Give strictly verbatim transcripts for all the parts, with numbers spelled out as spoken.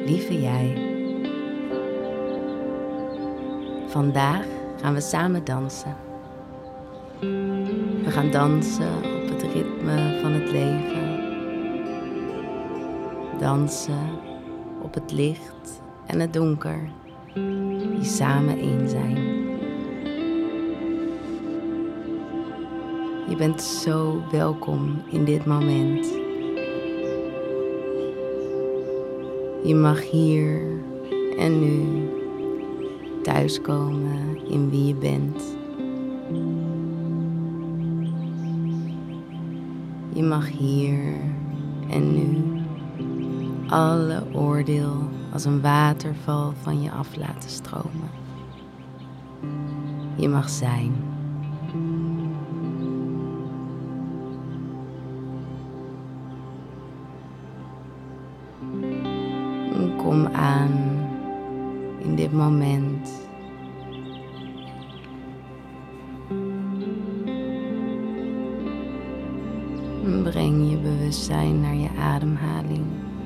Lieve jij. Vandaag gaan we samen dansen. We gaan dansen op het ritme van het leven. Dansen op het licht en het donker, die samen één zijn. Je bent zo welkom in dit moment. Je mag hier en nu thuiskomen in wie je bent. Je mag hier en nu alle oordeel als een waterval van je af laten stromen. Je mag zijn. Kom aan in dit moment. Breng je bewustzijn naar je ademhaling.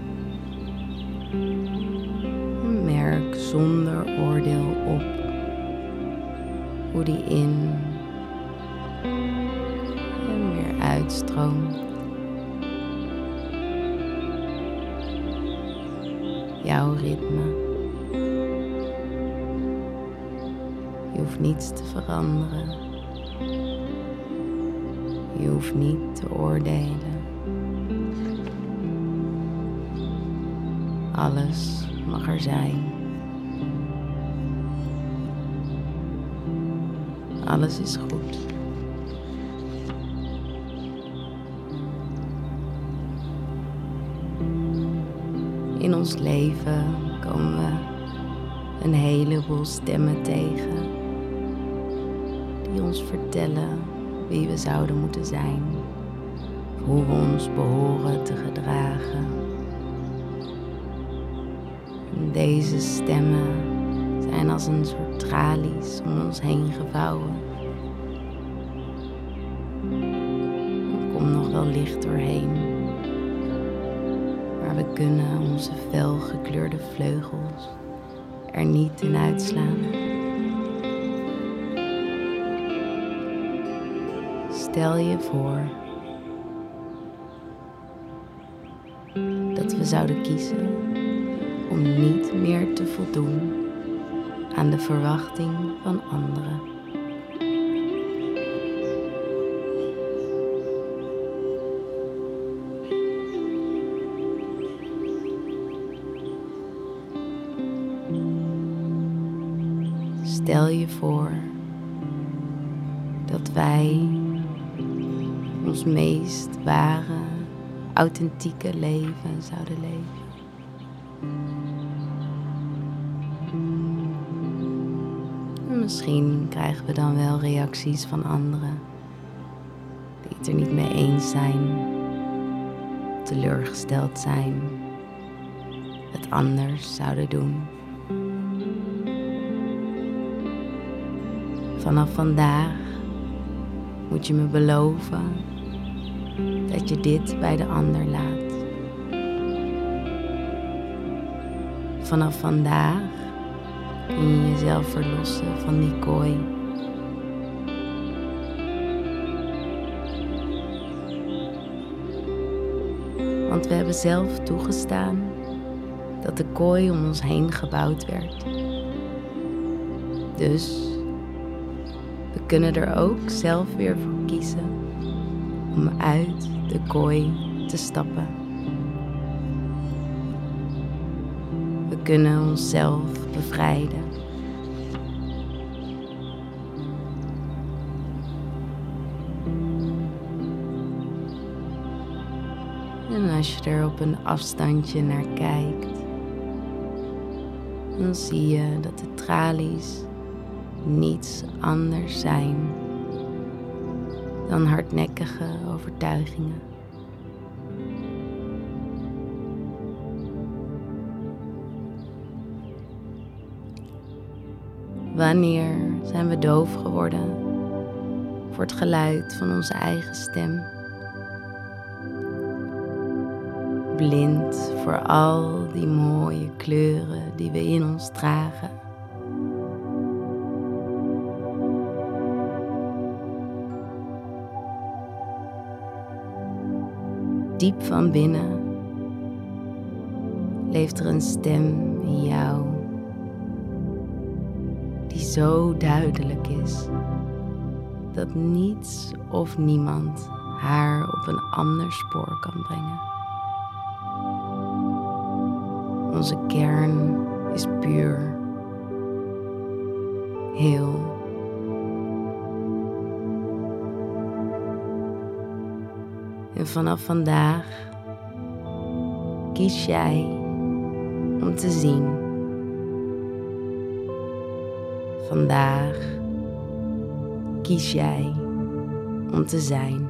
Merk zonder oordeel op hoe die in en weer uitstroomt. Jouw ritme. Je hoeft niets te veranderen. Je hoeft niet te oordelen. Alles mag er zijn. Alles is goed. In ons leven komen we een heleboel stemmen tegen die ons vertellen wie we zouden moeten zijn, hoe we ons behoren te gedragen. En deze stemmen zijn als een soort tralies om ons heen gevouwen. Er komt nog wel licht doorheen, maar we kunnen onze felgekleurde vleugels er niet in uitslaan. Stel je voor dat we zouden kiezen om niet meer te voldoen aan de verwachting van anderen. Stel je voor dat wij ons meest ware, authentieke leven zouden leven. En misschien krijgen we dan wel reacties van anderen die het er niet mee eens zijn, teleurgesteld zijn, het anders zouden doen. Vanaf vandaag moet je me beloven dat je dit bij de ander laat. Vanaf vandaag kun je jezelf verlossen van die kooi. Want we hebben zelf toegestaan dat de kooi om ons heen gebouwd werd. Dus we kunnen er ook zelf weer voor kiezen om uit de kooi te stappen. We kunnen onszelf bevrijden. En als je er op een afstandje naar kijkt, dan zie je dat de tralies niets anders zijn dan hardnekkige overtuigingen. Wanneer zijn we doof geworden voor het geluid van onze eigen stem? Blind voor al die mooie kleuren die we in ons dragen. Diep van binnen leeft er een stem in jou die zo duidelijk is dat niets of niemand haar op een ander spoor kan brengen. Onze kern is puur, heel. En vanaf vandaag kies jij om te zien. Vandaag kies jij om te zijn.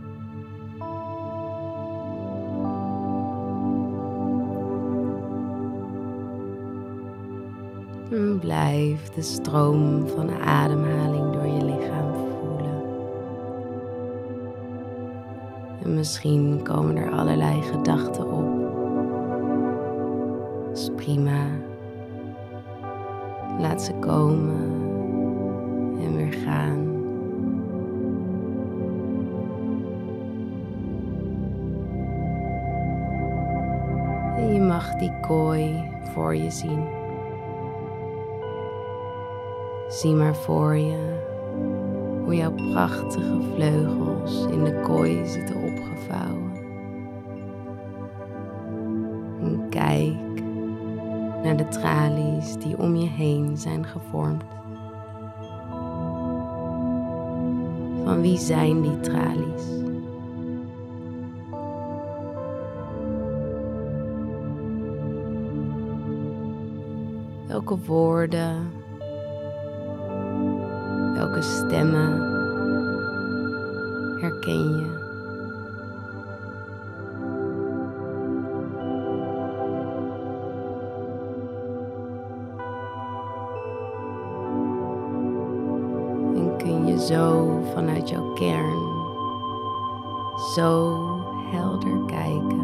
En blijf de stroom van de ademhaling door je lichaam voelen. En misschien komen er allerlei gedachten op. Dat is prima. Laat ze komen en weer gaan. En je mag die kooi voor je zien. Zie maar voor je hoe jouw prachtige vleugels in de kooi zitten opgevouwen. En kijk naar de tralies die om je heen zijn gevormd. Van wie zijn die tralies? Welke woorden, welke stemmen herken je? En kun je zo vanuit jouw kern zo helder kijken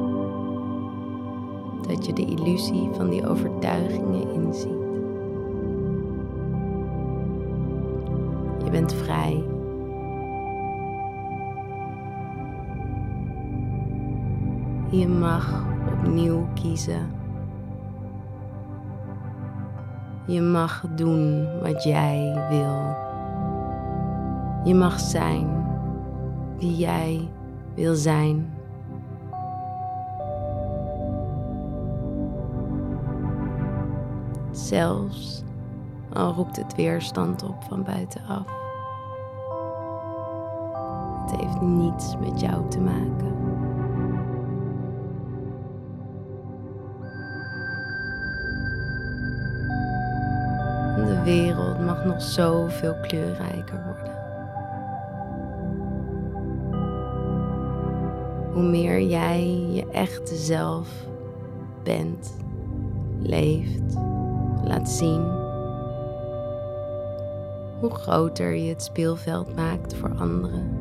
dat je de illusie van die overtuigingen inziet. Je bent vrij. Je mag opnieuw kiezen. Je mag doen wat jij wil. Je mag zijn wie jij wil zijn. Zelfs al roept het weerstand op van buitenaf. Het heeft niets met jou te maken. De wereld mag nog zoveel kleurrijker worden. Hoe meer jij je echte zelf bent, leeft, laat zien, hoe groter je het speelveld maakt voor anderen.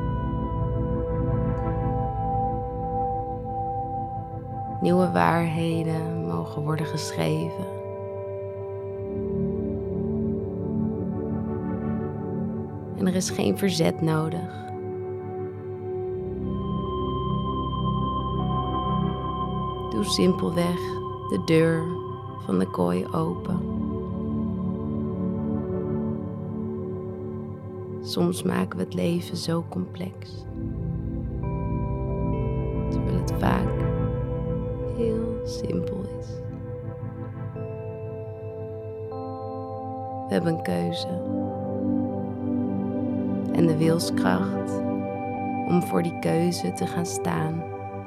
Nieuwe waarheden mogen worden geschreven. En er is geen verzet nodig. Doe simpelweg de deur van de kooi open. Soms maken we het leven zo complex, terwijl het vaak heel simpel is. We hebben een keuze en de wilskracht om voor die keuze te gaan staan.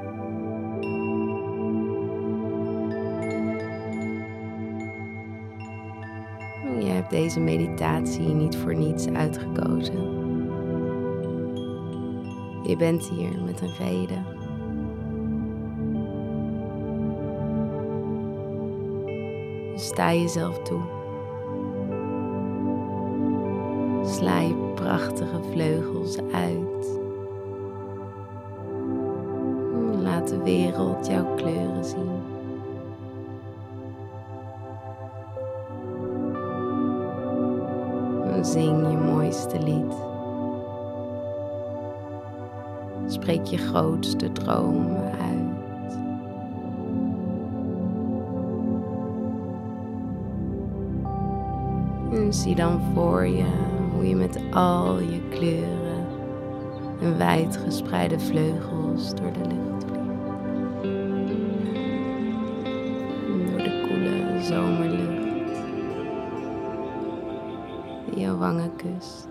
Je hebt deze meditatie niet voor niets uitgekozen. Je bent hier met een reden. Dus sta jezelf toe. Sla je prachtige vleugels uit. Laat de wereld jouw kleuren zien. En zing je mooiste lied. Spreek je grootste dromen uit. En zie dan voor je hoe je met al je kleuren en wijdgespreide vleugels door de lucht vliegt. En door de koele zomerlucht die jouw wangen kust.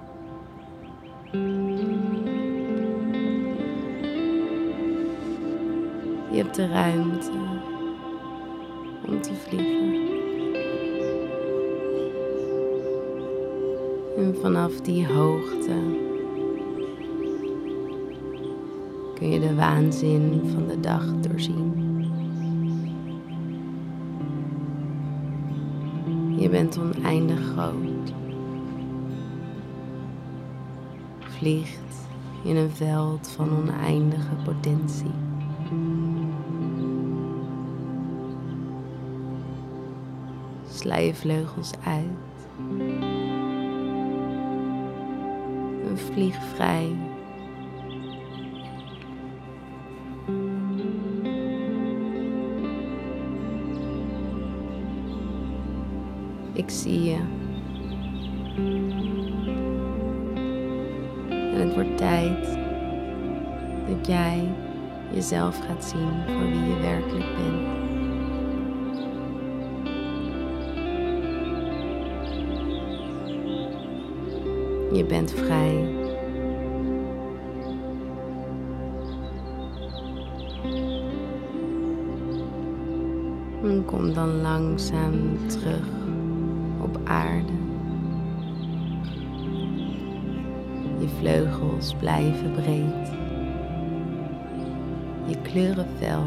Je hebt de ruimte om te vliegen. En vanaf die hoogte kun je de waanzin van de dag doorzien. Je bent oneindig groot. Vliegt in een veld van oneindige potentie. Sla je vleugels uit en vlieg vrij. Ik zie je. En het wordt tijd dat jij jezelf gaat zien voor wie je werkelijk bent. Je bent vrij. En kom dan langzaam terug op aarde. Je vleugels blijven breed. Je kleuren fel.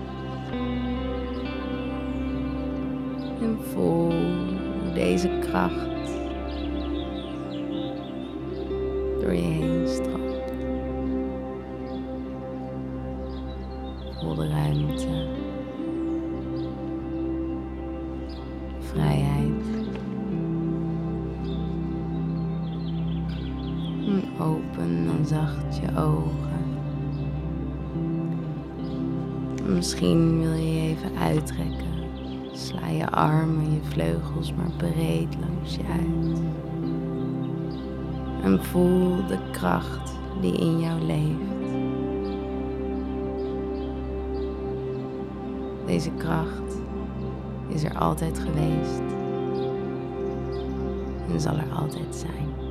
En voel hoe deze kracht door je heen stroomt. Voel de ruimte. Vrijheid. En open dan zacht je ogen. Misschien wil je je even uitrekken. Sla je armen, je vleugels maar breed langs je uit. En voel de kracht die in jou leeft. Deze kracht is er altijd geweest en zal er altijd zijn.